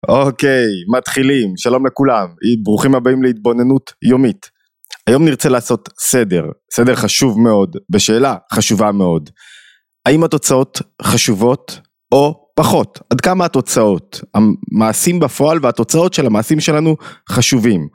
אוקיי, מתחילים, שלום לכולם, ברוכים הבאים להתבוננות יומית. היום נרצה לעשות סדר חשוב מאוד, בשאלה חשובה מאוד. האם התוצאות חשובות או פחות? עד כמה התוצאות, המעשים בפועל והתוצאות של המעשים שלנו חשובים?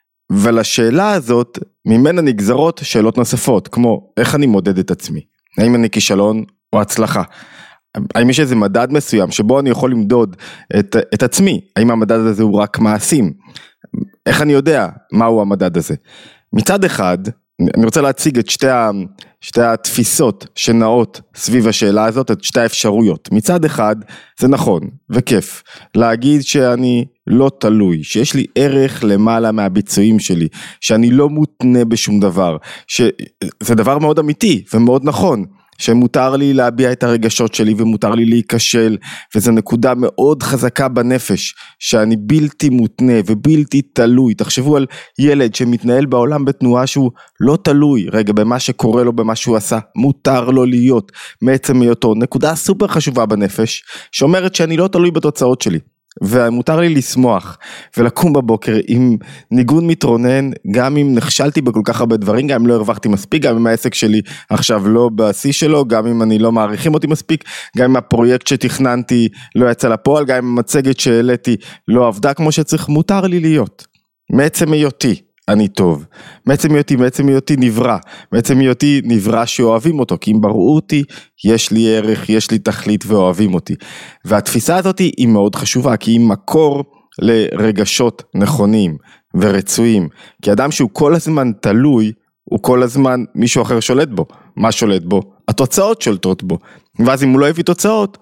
ולשאלה הזאת, ממנה נגזרות שאלות נוספות, כמו איך אני מודד את עצמי? האם אני כישלון או הצלחה? האם יש איזה מדד מסוים שבו אני יכול למדוד את עצמי? האם המדד הזה הוא רק מעשים? איך אני יודע מהו המדד הזה? מצד אחד, אני רוצה להציג את שתי התפיסות שנעות סביב השאלה הזאת, את שתי האפשרויות. מצד אחד, זה נכון וכיף להגיד שאני לא תלוי, שיש לי ערך למעלה מהביצועים שלי, שאני לא מותנה בשום דבר, שזה דבר מאוד אמיתי ומאוד נכון, שמותר לי להביע את הרגשות שלי ומותר לי להיכשל, וזו נקודה מאוד חזקה בנפש, שאני בלתי מותנה ובלתי תלוי. תחשבו על ילד שמתנהל בעולם בתנועה שהוא לא תלוי, רגע, במה שקורה לו, במה שהוא עשה, מותר לו להיות מעצם היותו. נקודה סופר חשובה בנפש, שאומרת שאני לא תלוי בתוצאות שלי, ומותר לי לשמוח ולקום בבוקר עם ניגון מתרונן, גם אם נכשלתי בכל כך הרבה דברים, גם אם לא הרווחתי מספיק, גם אם העסק שלי עכשיו לא בשיא שלו, גם אם אני לא מעריכים אותי מספיק, גם אם הפרויקט שתכננתי לא יצא לפועל, גם אם המצגת שהעליתי לא עבדה כמו שצריך. מותר לי להיות מעצם היותי אני טוב, מעצם היותי נברא, מעצם היותי נברא שאוהבים אותו, כי אם בראו אותי, יש לי ערך, יש לי תכלית ואוהבים אותי. והתפיסה הזאת היא מאוד חשובה, כי היא מקור לרגשות נכונים ורצויים, כי אדם שהוא כל הזמן תלוי, הוא כל הזמן מישהו אחר שולט בו. מה שולט בו? התוצאות שולטות בו, ואז אם הוא לא הביא תוצאות,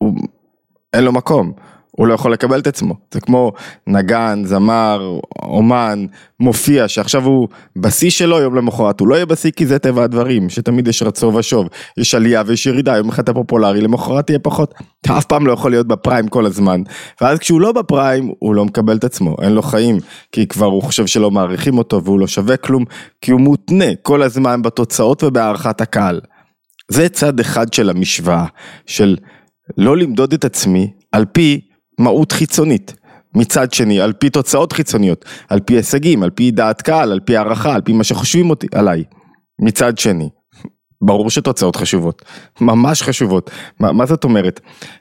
אין לו מקום. הוא לא יכול לקבל את עצמו. זה כמו נגן, זמר, אומן, מופיע, שעכשיו הוא בשיא שלו, יום למחרת הוא לא יהיה בשיא, כי זה טבע הדברים, שתמיד יש רצו ושוב, יש עלייה ויש ירידה, יום אחד אתה פופולרי, למחרת תהיה פחות, אתה אף פעם לא יכול להיות בפריים כל הזמן, ואז כשהוא לא בפריים, הוא לא מקבל את עצמו, אין לו חיים, כי כבר הוא חושב שלא מעריכים אותו, והוא לא שווה כלום, כי הוא מותנה כל הזמן בתוצאות ובהערכת הקהל. זה צד אחד של המשוואה, של לא למדוד את עצמי, על פי מהות חיצונית, מצד שני, על פי תוצאות חיצוניות, על פי הישגים, על פי דעת קהל, על פי הערכה, על פי מה שחושבים עליי. מצד שני, ברור שתוצאות חשובות, ממש חשובות. מה זאת אומרת?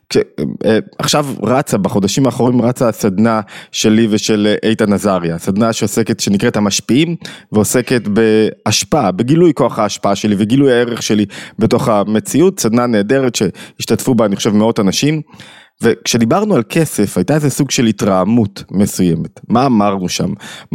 עכשיו בחודשים האחרונים רצה הסדנה שלי ושל איתן עזריה, סדנה שנקראת המשפיעים, ועוסקת בהשפעה, בגילוי כוח ההשפעה שלי, וגילוי הערך שלי בתוך המציאות, סדנה נהדרת שהשתתפו בה, אני חושב, מאות אנשים, וכשדיברנו על כסף, הייתה איזה סוג של התרעמות מסוימת. מה אמרנו שם?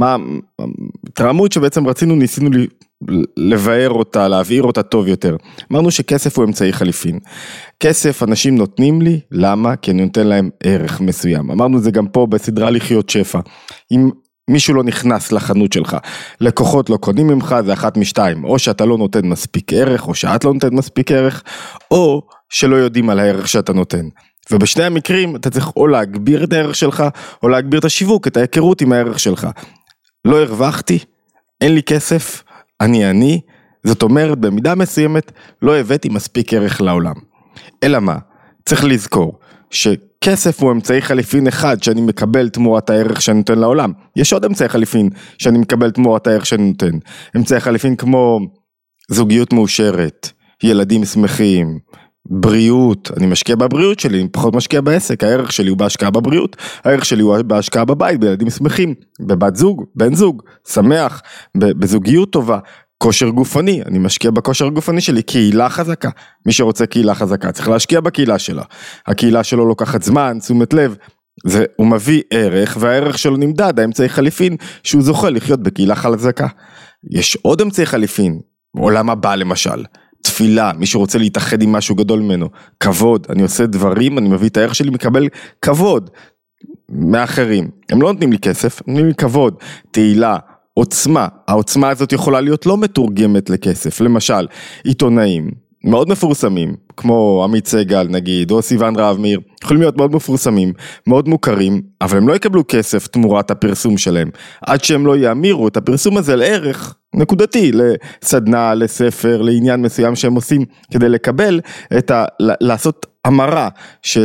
התרעמות שבעצם ניסינו לבאר אותה, להבהיר אותה טוב יותר. אמרנו שכסף הוא אמצעי חליפין. כסף אנשים נותנים לי, למה? כי אני נותן להם ערך מסוים. אמרנו זה גם פה בסדרה לחיות שפע. אם מישהו לא נכנס לחנות שלך, לקוחות לא קונים ממך, זה אחת משתיים. או שאתה לא נותן מספיק ערך, או שאת לא נותן מספיק ערך, או שלא יודעים על הערך שאתה נותן. ובשני המקרים אתה צריך או להגביר את הערך שלך, או להגביר את השיווק, את ההיכרות עם הערך שלך. לא הרווחתי, אין לי כסף, אני, זאת אומרת במידה מסוימת לא הבאתי מספיק ערך לעולם. אלא מה? צריך לזכור שכסף הוא אמצעי חליפין אחד שאני מקבל תמורת הערך שאני נותן לעולם. יש עוד אמצעי חליפין שאני מקבל תמורת הערך שאני נותן. אמצעי חליפין כמו זוגיות מאושרת, ילדים שמחים, בריאות, אני משקיע בבריאות שלי, אני פחות משקיע בעסק, הערך שלי הוא בהשקעה בבריאות, הערך שלי הוא בהשקעה בבית, בילדים שמחים, בבת זוג, בן זוג, שמח, בזוגיות טובה, כושר גופני, אני משקיע בכושר גופני שלי, קהילה חזקה, מי שרוצה קהילה חזקה, צריך להשקיע בקהילה שלה, הקהילה שלו לוקחת זמן, תשומת לב, הוא מביא ערך, והערך שלו נמדד, האמצעי חליפין, שהוא זוכה לחיות בקהילה חזקה. יש עוד אמצעי חליפין, עולם הבא למשל, תפילה, מי שרוצה להתאחד עם משהו גדול ממנו, כבוד, אני עושה דברים, אני מביא את הערך שלי, מקבל כבוד מאחרים, הם לא נותנים לי כסף, נותנים לי כבוד, תהילה, עוצמה, העוצמה הזאת יכולה להיות לא מתורגמת לכסף, למשל, עיתונאים, מאוד מפורסמים, כמו עמית סגל נגיד, או סיוון רהב מאיר, יכולים להיות מאוד מפורסמים, מאוד מוכרים, אבל הם לא יקבלו כסף תמורת הפרסום שלהם, עד שהם לא יאמירו את הפרסום הזה לערך נקודתי, לסדנה, לספר, לעניין מסוים שהם עושים, כדי לקבל לעשות המרה של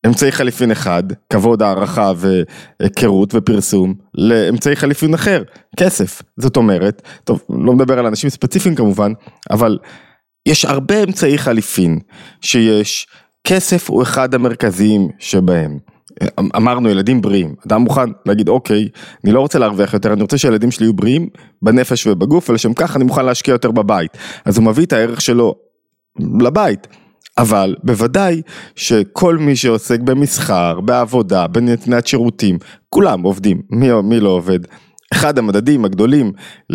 אמצעי חליפין אחד, כבוד, הערכה והיכרות ופרסום, לאמצעי חליפין אחר, כסף. זאת אומרת, טוב, לא מדבר על אנשים ספציפיים כמובן, אבל יש הרבה אמצעי חליפין שיש, כסף הוא אחד המרכזיים שבהם. אמרנו ילדים בריאים, אדם מוכן להגיד אוקיי, אני לא רוצה להרוויח יותר, אני רוצה שהילדים שלי יהיו בריאים בנפש ובגוף, ולשם כך אני מוכן להשקיע יותר בבית. אז הוא מביא את הערך שלו לבית. אבל בוודאי שכל מי שעוסק במסחר, בעבודה, בנתינת שירותים, כולם עובדים, מי לא עובד. אחד המדדים הגדולים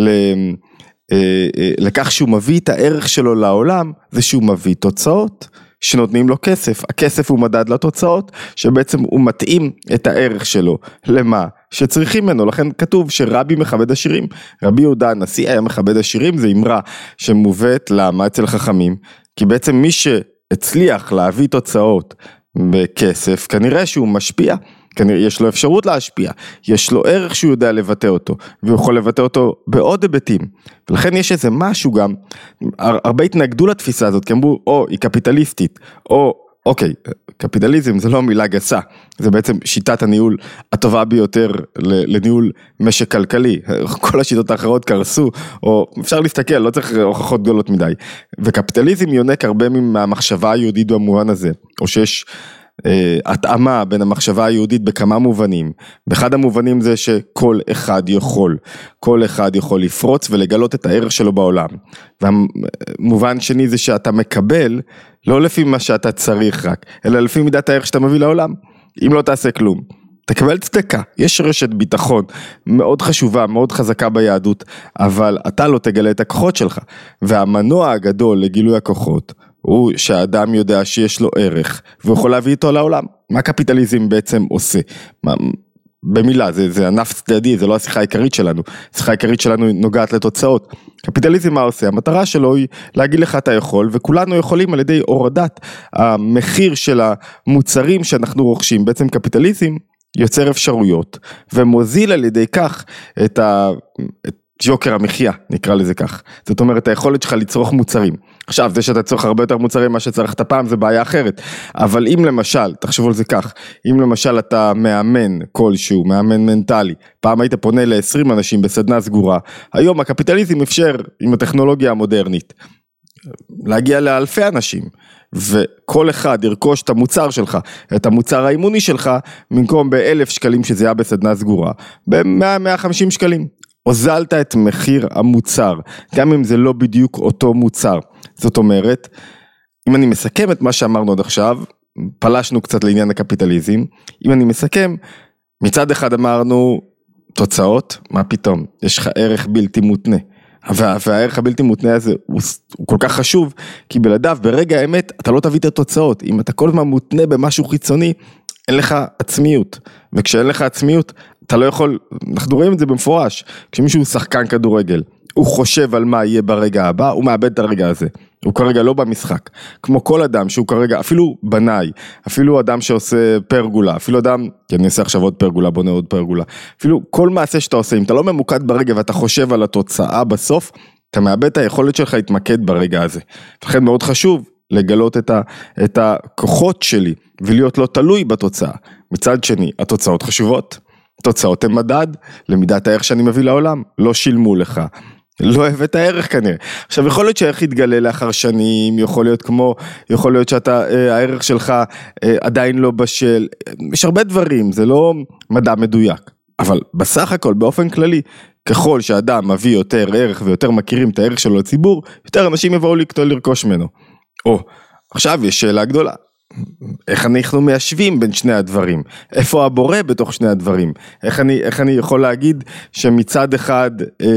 לכך שהוא מביא את הערך שלו לעולם, זה שהוא מביא תוצאות שנותנים לו כסף. הכסף הוא מדד לתוצאות, שבעצם הוא מתאים את הערך שלו למה שצריכים ממנו. לכן כתוב שרבי מכבד עשירים. רבי יהודה הנשיא היה מכבד עשירים, זה אמרה שמובאת למה אצל חכמים, כי בעצם מי שהצליח להביא תוצאות בכסף, כנראה שהוא משפיע, כנראה יש לו אפשרות להשפיע, יש לו ערך שהוא יודע לבטא אותו, והוא יכול לבטא אותו בעוד היבטים, ולכן יש איזה משהו גם, הרבה התנגדו לתפיסה הזאת, כי אמרו, או היא קפיטליסטית, או אוקיי, קפיטליזם זה לא מילה גסה, זה בעצם שיטת הניהול הטובה ביותר לניהול משק כלכלי, כל השיטות האחרות קרסו, או אפשר להסתכל, לא צריך הוכחות גדולות מדי, וקפיטליזם יונק הרבה מהמחשבה היהודית במובן הזה, או שיש התאמה בין המחשבה היהודית בכמה מובנים, באחד המובנים זה שכל אחד יכול לפרוץ ולגלות את הערך שלו בעולם, והמובן שני זה שאתה מקבל לא לפי מה שאתה צריך רק, אלא לפי מידת הערך שאתה מביא לעולם. אם לא תעשה כלום, תקבל צדקה, יש רשת ביטחון מאוד חשובה, מאוד חזקה ביהדות, אבל אתה לא תגלה את הכוחות שלך, והמנוע הגדול לגילוי הכוחות, הוא שהאדם יודע שיש לו ערך, והוא יכול להביא איתו לעולם. מה קפיטליזם בעצם עושה? במילה, זה ענף צדדי, זה לא השיחה העיקרית שלנו, השיחה העיקרית שלנו נוגעת לתוצאות. קפיטליזם מה עושה? המטרה שלו היא להגיד לך אתה יכול, וכולנו יכולים על ידי הורדת המחיר של המוצרים שאנחנו רוכשים. בעצם קפיטליזם יוצר אפשרויות, ומוזיל על ידי כך את יוקר המחיה, נקרא לזה כך. זאת אומרת, היכולת שלך לצרוך מוצרים. עכשיו, זה שאתה צורך הרבה יותר מוצרים מה שצרכת פעם, זה בעיה אחרת. אבל אם למשל, תחשבו על זה כך, אם למשל אתה מאמן כלשהו, מאמן מנטלי, פעם היית פונה ל-20 אנשים בסדנה סגורה, היום הקפיטליזם אפשר עם הטכנולוגיה המודרנית, להגיע לאלפי אנשים, וכל אחד ירכוש את המוצר שלך, את המוצר האימוני שלך, במקום ב1,000 שקלים שזה היה בסדנה סגורה, ב100-150 שקלים. הוזלת את מחיר המוצר, גם אם זה לא בדיוק אותו מוצר. זאת אומרת, אם אני מסכם את מה שאמרנו עד עכשיו, פלשנו קצת לעניין הקפיטליזם, אם אני מסכם, מצד אחד אמרנו, תוצאות, מה פתאום? יש לך ערך בלתי מותנה, והערך הבלתי מותנה הזה הוא כל כך חשוב, כי בלעדיו ברגע האמת אתה לא תביא את התוצאות, אם אתה כל הזמן מותנה במשהו חיצוני, אין לך עצמיות, וכשאין לך עצמיות, אתה לא יכול, אנחנו רואים את זה במפורש, כשמישהו שחקן כדורגל, הוא חושב על מה יהיה ברגע הבא, הוא מאבד את הרגע הזה, הוא כרגע לא במשחק, כמו כל אדם שהוא כרגע, אפילו בנאי, אפילו אדם שעושה פרגולה, אפילו אדם, כי אני אעשה עכשיו עוד פרגולה, בונה עוד פרגולה, אפילו כל מעשה שאתה עושה, אם אתה לא ממוקד ברגע ואתה חושב על התוצאה בסוף, אתה מאבד את היכולת שלך להתמקד ברגע הזה, לכן מאוד חשוב לגלות את הכוחות שלי, ולהיות לא תלוי בתוצאה. מצד שני, התוצאות חשובות, תוצאות הן מדד, למידת הערך שאני מביא לעולם, לא שילמו לך, לא הבאת הערך כנראה. עכשיו יכול להיות שהערך יתגלה לאחר שנים, יכול להיות שאתה, הערך שלך עדיין לא בשל, יש הרבה דברים, זה לא מדע מדויק, אבל בסך הכל, באופן כללי, ככל שאדם מביא יותר ערך ויותר מכירים את הערך שלו לציבור, יותר אנשים יבואו לרכוש ממנו. עכשיו יש שאלה גדולה, איך אנחנו מיישבים בין שני הדברים? איפה הבורא בתוך שני הדברים? איך אני יכול להגיד שמצד אחד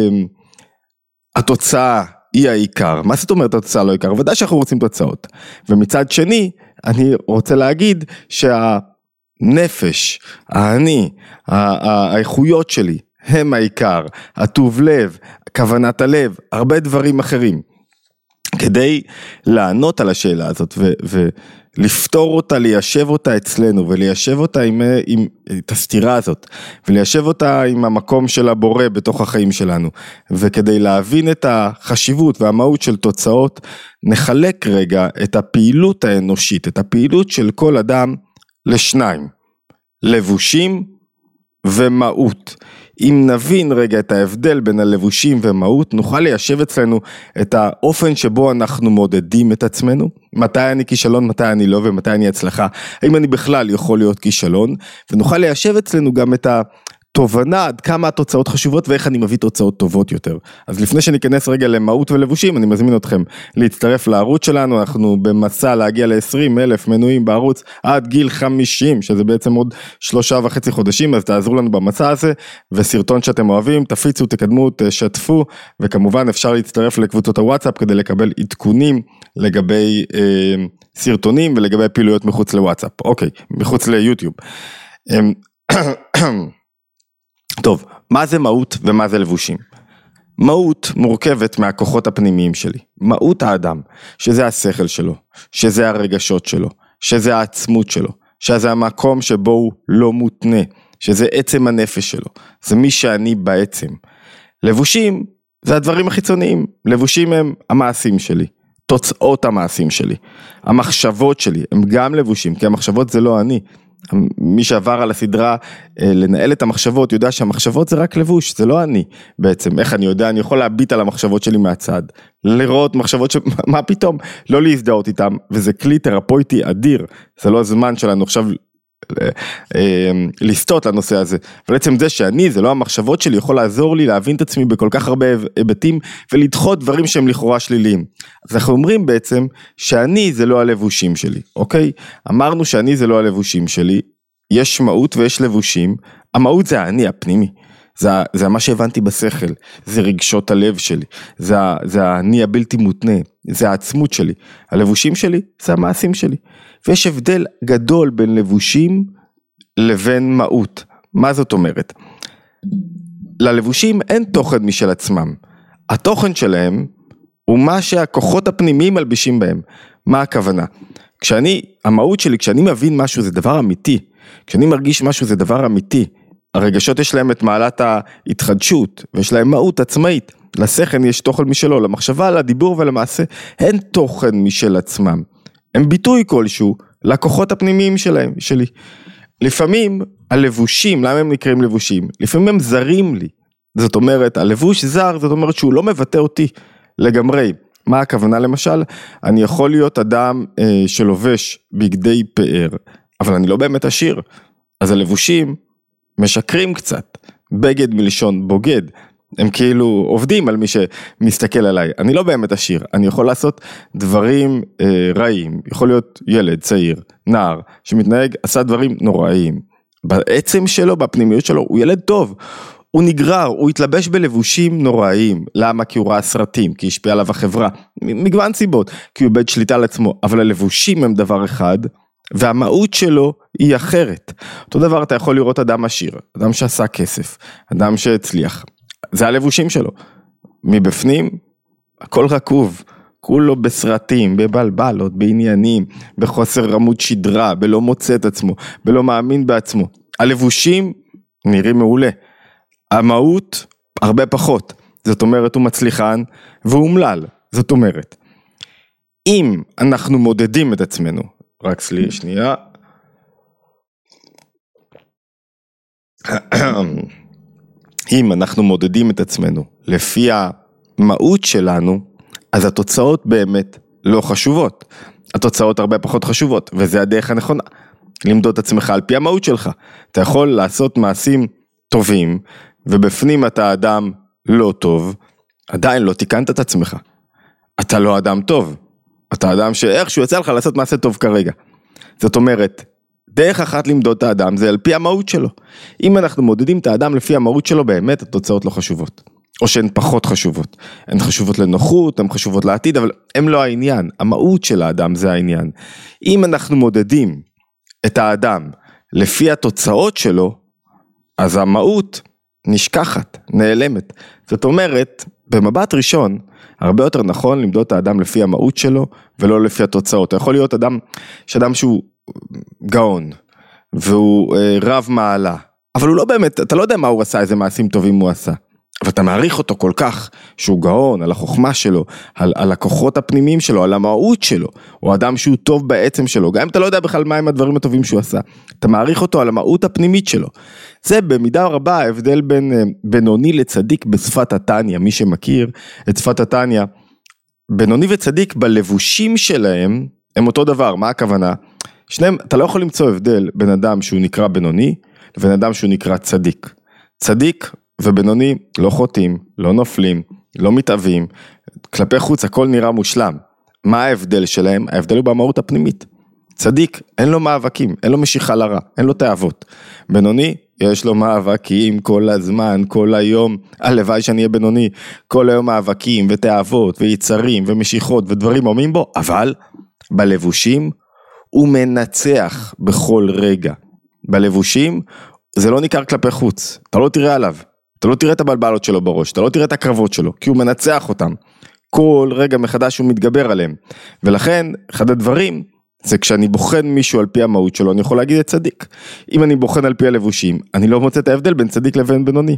התוצאה היא העיקר? מה זאת אומרת התוצאה לא העיקר? ודאי שאנחנו רוצים תוצאות. ומצד שני, אני רוצה להגיד שהנפש, האיכויות שלי, הם העיקר, הטוב לב, כוונת הלב, הרבה דברים אחרים. כדי לענות על השאלה הזאת ולפתור אותה, ליישב אותה אצלנו וליישב אותה עם את הסתירה הזאת וליישב אותה עם המקום של הבורא בתוך החיים שלנו, וכדי להבין את החשיבות והמהות של תוצאות, נחלק רגע את הפעילות האנושית, את הפעילות של כל אדם לשניים, לבושים ומהות. אם נבין רגע את ההבדל בין הלבושים ומהות, נוכל ליישב אצלנו את האופן שבו אנחנו מודדים את עצמנו, מתי אני כישלון, מתי אני לא ומתי אני הצלחה, האם אני בכלל יכול להיות כישלון, ונוכל ליישב אצלנו גם את התובנה עד כמה התוצאות חשובות ואיך אני מביא תוצאות טובות יותר. אז לפני שניכנס רגע למהות ולבושים, אני מזמין אתכם להצטרף לערוץ שלנו, אנחנו במסע להגיע ל-20,000 מנויים בערוץ עד גיל 50, שזה בעצם עוד 3.5 חודשים, אז תעזרו לנו במסע הזה, וסרטון שאתם אוהבים, תפיצו, תקדמו, תשתפו, וכמובן אפשר להצטרף לקבוצות הוואטסאפ כדי לקבל עדכונים לגבי סרטונים ולגבי פעילויות מחוץ לוואטסאפ, אוקיי, מחוץ ליוטיוב. טוב, מה זה מהות ומה זה לבושים? מהות מורכבת מהכוחות הפנימיים שלי, מהות האדם, שזה השכל שלו, שזה הרגשות שלו, שזה העצמות שלו, שזה המקום שבו הוא לא מותנה, שזה עצם הנפש שלו, זה מי שאני בעצם. לבושים זה הדברים החיצוניים, לבושים הם המעשים שלי, תוצאות המעשים שלי, המחשבות שלי, הם גם לבושים, כי המחשבות זה לא אני, מי שעבר על הסדרה לנהל את המחשבות יודע שהמחשבות זה רק לבוש, זה לא אני בעצם. איך אני יודע? אני יכול להביט על המחשבות שלי מהצד, לראות מחשבות מה פתאום, לא להזדהות איתם, וזה כלי תרפויטי אדיר. זה לא הזמן שלנו עכשיו לסטות לנושא הזה, אבל בעצם זה שאני, זה לא המחשבות שלי, יכול לעזור לי להבין את עצמי בכל כך הרבה היבטים, ולדחות דברים שהם לכאורה שליליים. אז אנחנו אומרים בעצם, שאני זה לא הלבושים שלי, אוקיי? אמרנו שאני זה לא הלבושים שלי, יש מהות ויש לבושים, המהות זה אני הפנימי, זה מה שהבנתי בשכל, זה רגשות הלב שלי, זה אני הבלתי מותנה, זה העצמות שלי, הלבושים שלי זה המעשים שלי, ויש הבדל גדול בין לבושים לבין מהות. מה זאת אומרת? ללבושים אין תוכן משל עצמם, התוכן שלהם הוא מה שהכוחות הפנימיים מלבישים בהם. מה הכוונה? המהות שלי, כשאני מבין משהו זה דבר אמיתי, כשאני מרגיש משהו זה דבר אמיתי, הרגשות יש להם את מעלת ההתחדשות, ויש להם מהות עצמאית, לשכל יש תוכן משלו, למחשבה, לדיבור ולמעשה, אין תוכן משל עצמם, הם ביטוי כלשהו, לכוחות הפנימיים שלי. לפעמים הלבושים, למה הם נקראים לבושים? לפעמים הם זרים לי, זאת אומרת, הלבוש זר, זאת אומרת שהוא לא מבטא אותי לגמרי. מה הכוונה למשל? אני יכול להיות אדם שלובש בגדי פאר, אבל אני לא באמת עשיר, אז הלבושים משקרים קצת, בגד מלשון בוגד, הם כאילו עובדים על מי שמסתכל עליי, אני לא באמת עשיר, אני יכול לעשות דברים רעים, יכול להיות ילד, צעיר, נער, שמתנהג, עשה דברים נוראיים, בעצם שלו, בפנימיות שלו, הוא ילד טוב, הוא נגרר, הוא התלבש בלבושים נוראיים, למה? כי הוא ראה סרטים, כי השפיע עליו החברה, מגוון סיבות, כי הוא איבד שליטה על עצמו, אבל הלבושים הם דבר אחד, והמהות שלו היא אחרת. אותו דבר אתה יכול לראות אדם עשיר, אדם שעשה כסף, אדם שהצליח, זה הלבושים שלו. מבפנים, הכל רקוב, כולו בסרטים, בבלבלות, בעניינים, בחוסר עמוד שדרה, בלא מוצא את עצמו, בלא מאמין בעצמו. הלבושים נראים מעולה. המהות הרבה פחות. זאת אומרת, הוא מצליחן והוא אומלל. זאת אומרת, אם אנחנו מודדים את עצמנו, רק שנייה, אם אנחנו מודדים את עצמנו לפי המהות שלנו, אז התוצאות באמת לא חשובות. התוצאות הרבה פחות חשובות, וזה הדרך הנכונה. למדוד את עצמך על פי המהות שלך. אתה יכול לעשות מעשים טובים, ובפנים אתה אדם לא טוב, עדיין לא תיקנת את עצמך. אתה לא אדם טוב. אתה אדם שאיכשהו יצא לך לעשות מעשה טוב כרגע. זאת אומרת, דרך אחת למדוד את האדם זה על פי המהות שלו. אם אנחנו מודדים את האדם לפי המהות שלו, באמת התוצאות לא חשובות. או שהן פחות חשובות. הן חשובות לנוחות, הן חשובות לעתיד, אבל הן לא העניין. המהות של האדם זה העניין. אם אנחנו מודדים את האדם לפי התוצאות שלו, אז המהות נשכחת, נעלמת. זאת אומרת, במבט ראשון, הרבה יותר נכון למדוד את האדם לפי המהות שלו, ולא לפי התוצאות. אתה יכול להיות אדם שהוא גאון, והוא רב מעלה, אבל הוא לא באמת, אתה לא יודע מה הוא עשה, איזה מעשים טובים הוא עשה, ואתה מעריך אותו כל כך, שהוא גאון, על החוכמה שלו, על הכוחות הפנימיים שלו, על המהות שלו, או אדם שהוא טוב בעצם שלו, גם אם אתה לא יודע בכלל מהם הדברים הטובים שהוא עשה, אתה מעריך אותו על המהות הפנימית שלו. זה במידה רבה ההבדל בין בינוני לצדיק בשפת התניא, מי שמכיר את שפת התניא, בינוני וצדיק בלבושים שלהם, הם אותו דבר, מה הכוונה? שניהם, אתה לא יכול למצוא הבדל בין אדם שהוא נקרא בינוני, לבין אדם שהוא נקרא צדיק. צדיק ובינוני לא חוטאים, לא נופלים, לא מתאבים, כלפי חוץ הכל נראה מושלם. מה ההבדל שלהם? ההבדל הוא במהות הפנימית. צדיק, אין לו מאבקים, אין לו משיכה לרע, אין לו תאוות. בינוני, יש לו מאבקים כל הזמן, כל היום, הלוואי שאני אהיה בינוני, כל היום מאבקים ותאוות ויצרים ומשיכות ודברים עומים בו, אבל בלבושים הוא מנצח בכל רגע. בלבושים זה לא ניכר כלפי חוץ, אתה לא תראה עליו, אתה לא תראה את הבלבלות שלו בראש, אתה לא תראה את הקרבות שלו, כי הוא מנצח אותם. כל רגע מחדש הוא מתגבר עליהם. ולכן, אחד הדברים, זה כשאני בוחן מישהו על פי המהות שלו, אני יכול להגיד את צדיק. אם אני בוחן על פי הלבושים, אני לא מוצא את ההבדל בין צדיק לבין בינוני.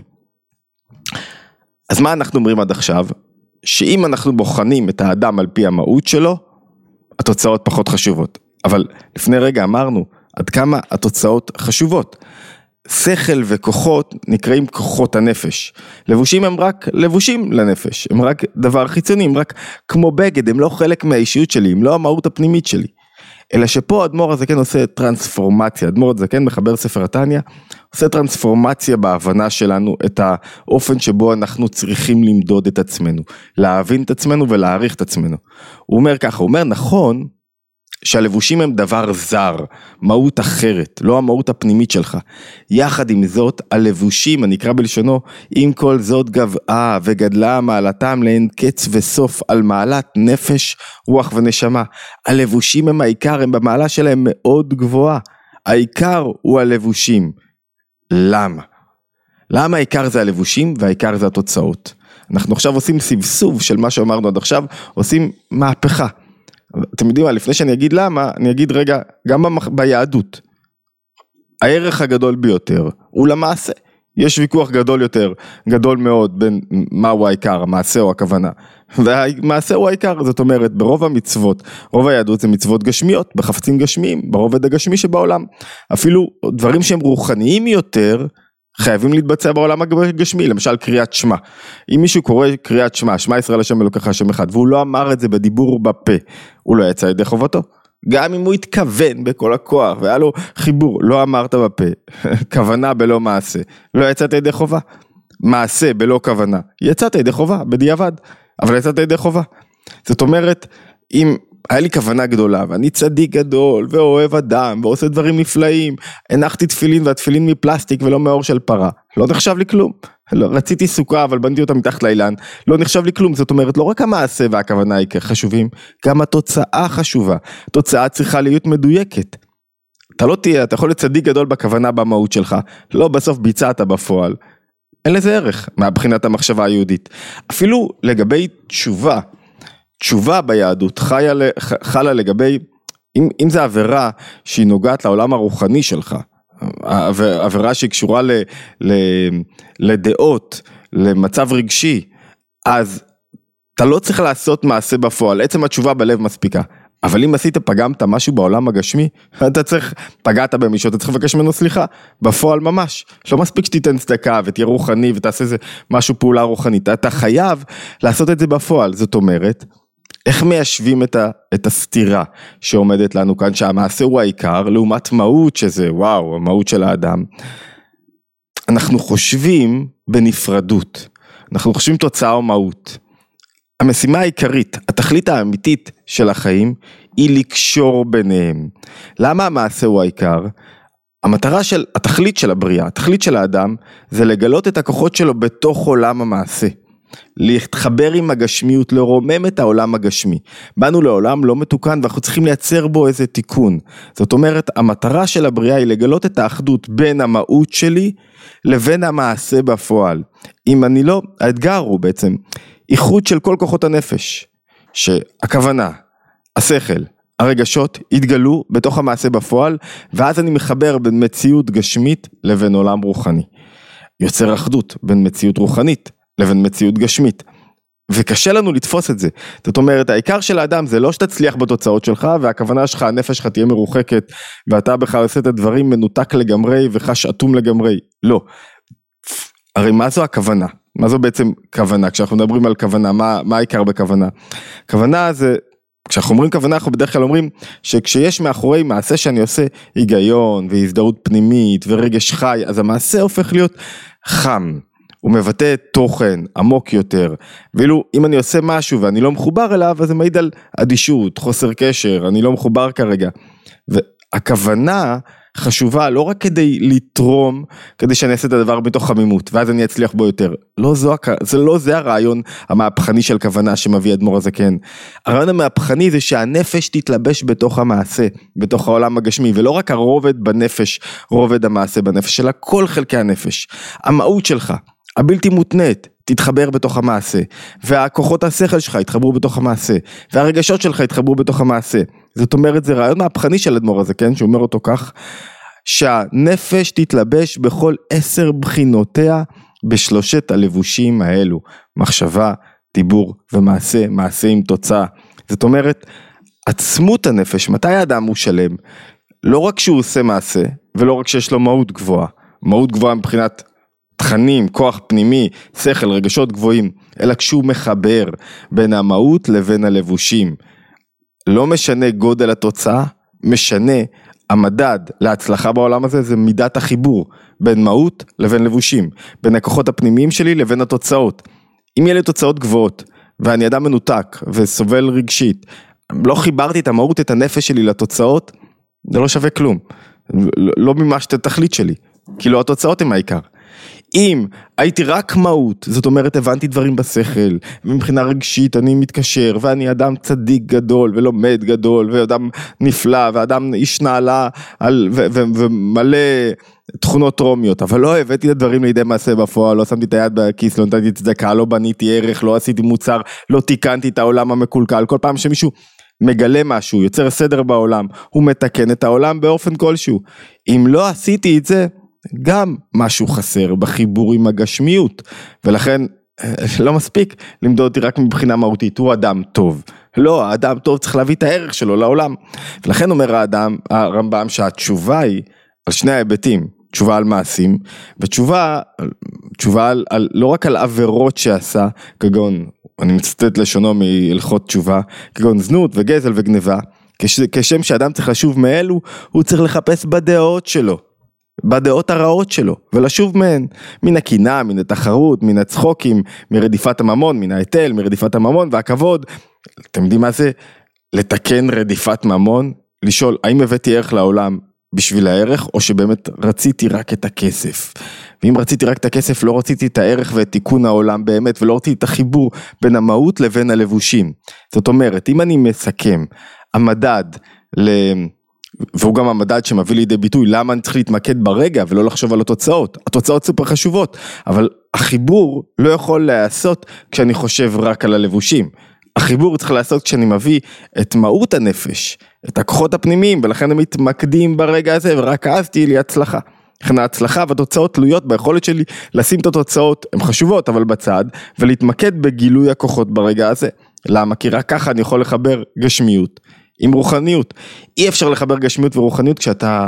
אז מה אנחנו אומרים עד עכשיו? שאם אנחנו בוחנים את האדם על פי המהות שלו, התוצאות פחות חשובות. אבל לפני רגע אמרנו, עד כמה התוצאות חשובות. שכל וכוחות נקראים כוחות הנפש. לבושים הם רק לבושים לנפש, הם רק דבר חיצוני, הם רק כמו בגד, הם לא חלק מהאישיות שלי, הם לא המהות הפנימית שלי. אלא שפה אדמו"ר הזקן עושה טרנספורמציה, אדמו"ר הזקן מחבר ספר התניא, עושה טרנספורמציה בהבנה שלנו, את האופן שבו אנחנו צריכים למדוד את עצמנו, להבין את עצמנו ולהעריך את עצמנו. הוא אומר ככה, הוא אומר נכון, שהלבושים הם דבר זר, מהות אחרת, לא המהות הפנימית שלך. יחד עם זאת, הלבושים, הנקרא בלשונו, עם כל זאת גבעה וגדלה מעלתם לאין קץ וסוף על מעלת נפש, רוח ונשמה. הלבושים הם העיקר, הם במעלה שלהם מאוד גבוהה. העיקר הוא הלבושים. למה? למה העיקר זה הלבושים והעיקר זה התוצאות? אנחנו עכשיו עושים סבסוב של מה שאמרנו עד עכשיו, עושים מהפכה. אתם יודעים מה, לפני שאני אגיד למה, אני אגיד רגע, גם ביהדות, הערך הגדול ביותר הוא למעשה. יש ויכוח גדול יותר, גדול מאוד, בין מהו העיקר, המעשה או הכוונה. והמעשה הוא העיקר, זאת אומרת, ברוב המצוות, רוב היהדות זה מצוות גשמיות, בחפצים גשמיים, ברובד הגשמי שבעולם. אפילו דברים שהם רוחניים יותר, חייבים להתבצע בעולם הגשמי, למשל קריאת שמע. אם מישהו קורא קריאת שמע, שמע ישראל השם אלוקיך השם אחד, והוא לא אמר את זה בדיבור בפה, הוא לא יצא ידי חובתו. גם אם הוא התכוון בכל הכוח, והיה לו חיבור, לא אמרת בפה, כוונה בלא מעשה, לא יצאת ידי חובה. מעשה בלא כוונה, יצאת ידי חובה, בדיעבד, אבל יצאת ידי חובה. זאת אומרת, אם היה לי כוונה גדולה, ואני צדיק גדול, ואוהב אדם, ועושה דברים נפלאים, הנחתי תפילין, והתפילין מפלסטיק, ולא מאור של פרה, לא נחשב לי כלום. רציתי סוכה, אבל בנתי אותה מתחת לאילן, לא נחשב לי כלום. זאת אומרת, לא רק המעשה והכוונה היא חשובים, גם התוצאה חשובה. התוצאה צריכה להיות מדויקת. אתה לא תהיה, אתה יכול להיות צדיק גדול בכוונה במהות שלך, לא בסוף ביצעת בפועל. אין לזה ערך, מהבחינת המחשבה היהודית. אפילו לגבי תשובה, תשובה ביהדות חלה לגבי, אם זה עבירה שהיא נוגעת לעולם הרוחני שלך, עבירה שהיא קשורה לדעות, למצב רגשי, אז אתה לא צריך לעשות מעשה בפועל, עצם התשובה בלב מספיקה. אבל אם עשית, פגמת משהו בעולם הגשמי, אתה צריך, פגעת במישהו, אתה צריך לבקש ממנו סליחה, בפועל ממש. לא מספיק שתיתן צדקה ותהיה רוחני ותעשה איזה משהו פעולה רוחנית, אתה חייב לעשות את זה בפועל. זאת אומרת, איך מיישבים את הסתירה שעומדת לנו כאן, שהמעשה הוא העיקר, לעומת מהות שזה, וואו, המהות של האדם. אנחנו חושבים בנפרדות, אנחנו חושבים תוצאה או מהות. המשימה העיקרית, התכלית האמיתית של החיים, היא לקשור ביניהם. למה המעשה הוא העיקר? התכלית של הבריאה, התכלית של האדם, זה לגלות את הכוחות שלו בתוך עולם המעשה. להתחבר עם הגשמיות, לרומם את העולם הגשמי. באנו לעולם לא מתוקן, ואנחנו צריכים לייצר בו איזה תיקון. זאת אומרת, המטרה של הבריאה היא לגלות את האחדות בין המהות שלי, לבין המעשה בפועל. אם אני לא, האתגר הוא בעצם, איחוד של כל כוחות הנפש, שהכוונה, השכל, הרגשות, יתגלו בתוך המעשה בפועל, ואז אני מחבר בין מציאות גשמית, לבין עולם רוחני. יוצר אחדות בין מציאות רוחנית, לבין מציאות גשמית. וקשה לנו לתפוס את זה. זאת אומרת, העיקר של האדם זה לא שתצליח בתוצאות שלך, והכוונה שלך, הנפש שלך תהיה מרוחקת, ואתה בכלל עושה את הדברים מנותק לגמרי, וחש אטום לגמרי. לא. הרי מה זו הכוונה? מה זו בעצם כוונה? כשאנחנו מדברים על כוונה, מה העיקר בכוונה? כוונה זה, כשאנחנו אומרים כוונה, אנחנו בדרך כלל אומרים, שכשיש מאחורי מעשה שאני עושה, היגיון, והזדהות פנימית, ורגש חי, אז המעשה הופך להיות חם. הוא מבטא תוכן עמוק יותר, ואילו אם אני עושה משהו ואני לא מחובר אליו, אז זה מעיד על אדישות, חוסר קשר, אני לא מחובר כרגע. והכוונה חשובה לא רק כדי לתרום, כדי שאני אעשה את הדבר בתוך חמימות, ואז אני אצליח בו יותר. זה הרעיון המהפכני של כוונה שמביא אדמו"ר הזקן. הרעיון המהפכני זה שהנפש תתלבש בתוך המעשה, בתוך העולם הגשמי, ולא רק הרובד בנפש, רובד המעשה בנפש, אלא כל חלקי הנפש. המהות שלך, הבלתי מותנית, תתחבר בתוך המעשה, והכוחות השכל שלך יתחברו בתוך המעשה, והרגשות שלך יתחברו בתוך המעשה. זאת אומרת, זה רעיון מהפכני של אדמו"ר הזקן, שאומר אותו כך, שהנפש תתלבש בכל 10 בחינותיה, בשלושת הלבושים האלו, מחשבה, דיבור ומעשה, מעשה עם תוצאה. זאת אומרת, עצמות הנפש, מתי האדם הוא שלם? לא רק שהוא עושה מעשה, ולא רק שיש לו מהות גבוהה, מהות גבוהה מבחינת תכנים, כוח פנימי, שכל, רגשות גבוהים, אלא כשהוא מחבר בין המהות לבין הלבושים. לא משנה גודל התוצאה, משנה המדד להצלחה בעולם הזה, זה מידת החיבור בין מהות לבין לבושים, בין הכוחות הפנימיים שלי לבין התוצאות. אם יהיה לי תוצאות גבוהות, ואני אדם מנותק וסובל רגשית, לא חיברתי את המהות, את הנפש שלי לתוצאות, זה לא שווה כלום. לא ממש את התכלית שלי, כי לא התוצאות הם העיקר. אם הייתי רק מהות, זאת אומרת הבנתי דברים בשכל, ומבחינה רגשית אני מתקשר, ואני אדם צדיק גדול, ולומד גדול, ואדם נפלא, ואדם איש נעלה, ומלא תכונות רומיות, אבל לא הבאתי את הדברים לידי מעשה בפועל, לא שמתי את היד בכיס, לא נתתי צדקה, לא בניתי ערך, לא עשיתי מוצר, לא תיקנתי את העולם המקולקל, כל פעם שמישהו מגלה משהו, יוצר סדר בעולם, הוא מתקן את העולם באופן כלשהו. אם לא עשיתי את זה, גם משהו חסר בחיבור עם הגשמיות, ולכן לא מספיק למדוד אותי רק מבחינה מהותית, הוא אדם טוב. לא, האדם טוב צריך להביא את הערך שלו לעולם. ולכן אומר הרמב"ם שהתשובה היא על שני ההיבטים, תשובה על מעשים, ותשובה לא רק על עבירות שעשה, כגון, אני מצטט לשונו מהלכות תשובה, כגון זנות וגזל וגניבה, כשם שאדם צריך לשוב מאלו, הוא צריך לחפש בדעות שלו, בדעות הרעות שלו, ולשוב מהן, מן הקינה, מן התחרות, מן הצחוקים, מרדיפת הממון, מן ההיטל, מרדיפת הממון והכבוד. אתם יודעים מה זה? לתקן רדיפת ממון, לשאול, האם הבאתי ערך לעולם בשביל הערך, או שבאמת רציתי רק את הכסף? ואם רציתי רק את הכסף, לא רציתי את הערך ואת תיקון העולם באמת, ולא רציתי את החיבור בין המהות לבין הלבושים. זאת אומרת, אם אני מסכם, המדד והוא גם המדד שמביא לידי ביטוי, למה אני צריך להתמקד ברגע ולא לחשוב על התוצאות. התוצאות סופר חשובות, אבל החיבור לא יכול לעשות כשאני חושב רק על הלבושים. החיבור צריך לעשות כשאני מביא את מהות הנפש, את הכוחות הפנימיים, ולכן הם מתמקדים ברגע הזה, ורק אז תהיה לי הצלחה. לכן ההצלחה והתוצאות תלויות ביכולת שלי לשים את התוצאות, הן חשובות אבל בצד, ולהתמקד בגילוי הכוחות ברגע הזה. למה? כי רק ככה אני יכול לחבר גשמיות עם רוחניות. אי אפשר לחבר גשמיות ורוחניות כשאתה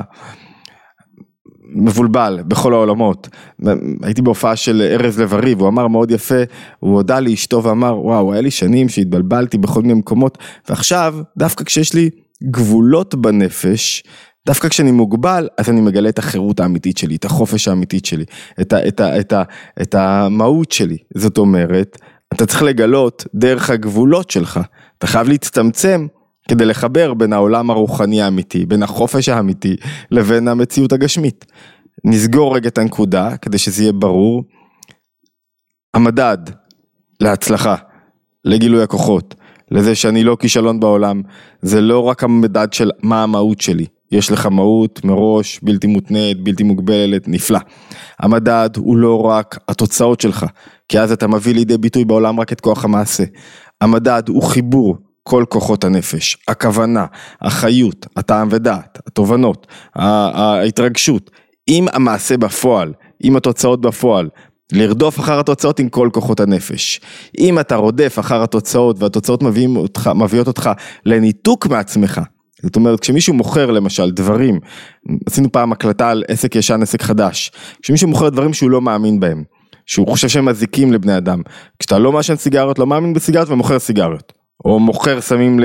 מבולבל בכל העולמות. הייתי בהופעה של ארז לב-ארי, והוא אמר מאוד יפה, הוא הודע לי אשתו ואמר, וואו, היה לי שנים שהתבלבלתי בכל מיני מקומות, ועכשיו, דווקא כשיש לי גבולות בנפש, דווקא כשאני מוגבל, אז אני מגלה את החירות האמיתית שלי, את החופש האמיתית שלי, את המהות שלי. זאת אומרת, אתה צריך לגלות דרך הגבולות שלך, אתה חייב להצטמצם, כדי לחבר בין העולם הרוחני האמיתי, בין החופש האמיתי, לבין המציאות הגשמית. נסגור רגע את הנקודה, כדי שזה יהיה ברור. המדד להצלחה, לגילוי הכוחות, לזה שאני לא כישלון בעולם, זה לא רק המדד של מה המהות שלי. יש לך מהות מראש, בלתי מותנית, בלתי מוגבלת, נפלא. המדד הוא לא רק התוצאות שלך, כי אז אתה מביא לידי ביטוי בעולם רק את כוח המעשה. המדד הוא חיבור, כל כוחות הנפש, הכוונה, החיות, הטעם ודעת, התובנות, ההתרגשות, עם המעשה בפועל, עם התוצאות בפועל, לרדוף אחר התוצאות עם כל כוחות הנפש. אם אתה רודף אחר התוצאות, והתוצאות מביאות אותך לניתוק מעצמך, זאת אומרת, כשמישהו מוכר למשל דברים, עשינו פעם הקלטה על עסק ישן, עסק חדש, כשמישהו מוכר דברים שהוא לא מאמין בהם, שהוא חושב שהם מזיקים לבני אדם, כשאתה לא מעשן סיגריות, לא מאמין בסיגריות ומוכר סיגריות, או מוכר סמים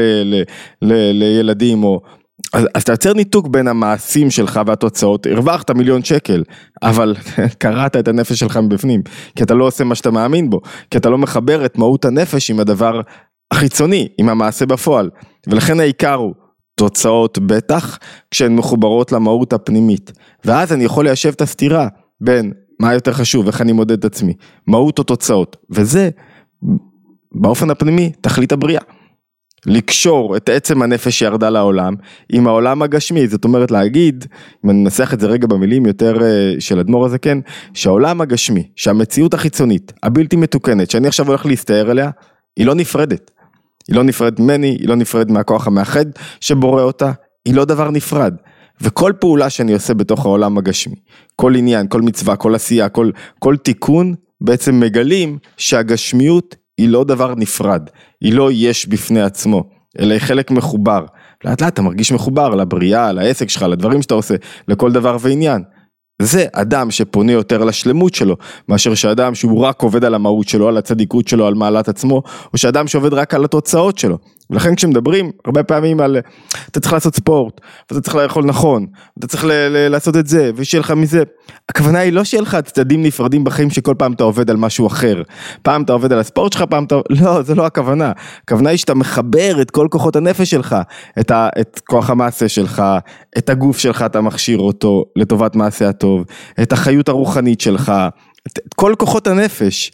לילדים, אז אתה יוצר ניתוק בין המעשים שלך והתוצאות, הרווחת 1,000,000 שקל, אבל קראת את הנפש שלך מבפנים, כי אתה לא עושה מה שאתה מאמין בו, כי אתה לא מחבר את מהות הנפש עם הדבר החיצוני, עם המעשה בפועל, ולכן העיקר הוא, תוצאות בטח, כשהן מחוברות למהות הפנימית, ואז אני יכול ליישב את הסתירה, בין מה יותר חשוב, איך אני מודד את עצמי, מהות או תוצאות, וזה, באופן הפנימי, תכלית הבריאה. לקשור את עצם הנפש שירדה לעולם עם העולם הגשמי, זאת אומרת להגיד, אם אני מנסח את זה רגע במילים יותר של אדמו"ר הזה, כן, שהעולם הגשמי, שהמציאות החיצונית, הבלתי מתוקנת, שאני עכשיו הולך להסתער עליה, היא לא נפרדת. היא לא נפרד ממני, היא לא נפרד מהכוח המאחד שבורא אותה, היא לא דבר נפרד. וכל פעולה שאני עושה בתוך העולם הגשמי, כל עניין, כל מצווה, כל עשייה, כל תיקון, בעצם מגלים שהגשמיות היא לא דבר נפרד, היא לא יש בפני עצמו, אלא היא חלק מחובר. לאט לאט אתה מרגיש מחובר לבריאה, לעסק שלך, לדברים שאתה עושה, לכל דבר ועניין. זה אדם שפונה יותר לשלמות שלו, מאשר שאדם שהוא רק עובד על המהות שלו, על הצדיקות שלו, על מעלת עצמו, או שאדם שעובד רק על התוצאות שלו. ולכן כשמדברים הרבה פעמים על, אתה צריך לעשות ספורט, ואתה צריך לאכול נכון, אתה צריך לעשות את זה, ושיהיה לך מזה. הכוונה היא לא שיהיה לך צדדים נפרדים בחיים שכל פעם אתה עובד על משהו אחר. פעם אתה עובד על הספורט שלך, פעם אתה... לא, זה לא הכוונה. הכוונה היא שאתה מחבר את כל כוחות הנפש שלך, את כוח המעשה שלך, את הגוף שלך, אתה מכשיר אותו לטובת מעשה הטוב, את החיות הרוחנית שלך, את כל כוחות הנפש,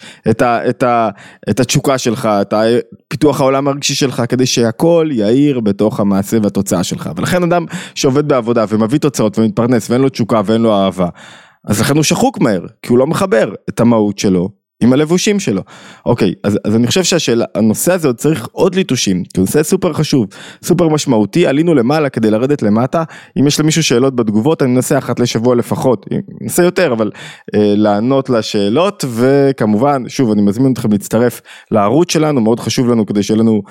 את התשוקה שלך, את פיתוח העולם הרגשי שלך, כדי שהכל יאיר בתוך המעשה והתוצאה שלך. ולכן אדם שעובד בעבודה ומביא תוצאות ומתפרנס ואין לו תשוקה ואין לו אהבה, אז לכן הוא שחוק מהר, כי הוא לא מחבר את המהות שלו עם הלבושים שלו. אוקיי, אז אני חושב שהנושא הזה עוד צריך עוד ליטושים, כי הוא נושא סופר חשוב, סופר משמעותי, עלינו למעלה כדי לרדת למטה, אם יש למישהו שאלות בתגובות, אני מנסה אחת לשבוע לפחות, ננסה יותר, אבל לענות לשאלות, וכמובן, שוב, אני מזמין אתכם להצטרף לערוץ שלנו, מאוד חשוב לנו כדי שיהיה לנו,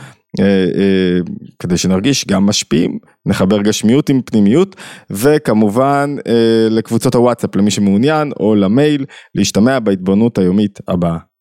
כדי שנרגיש גם משפיעים, נחבר גשמיות עם פנימיות, וכמובן לקבוצות הוואטסאפ למי שמעוניין, או למייל, להשתמע בהתבוננות היומית הבאה.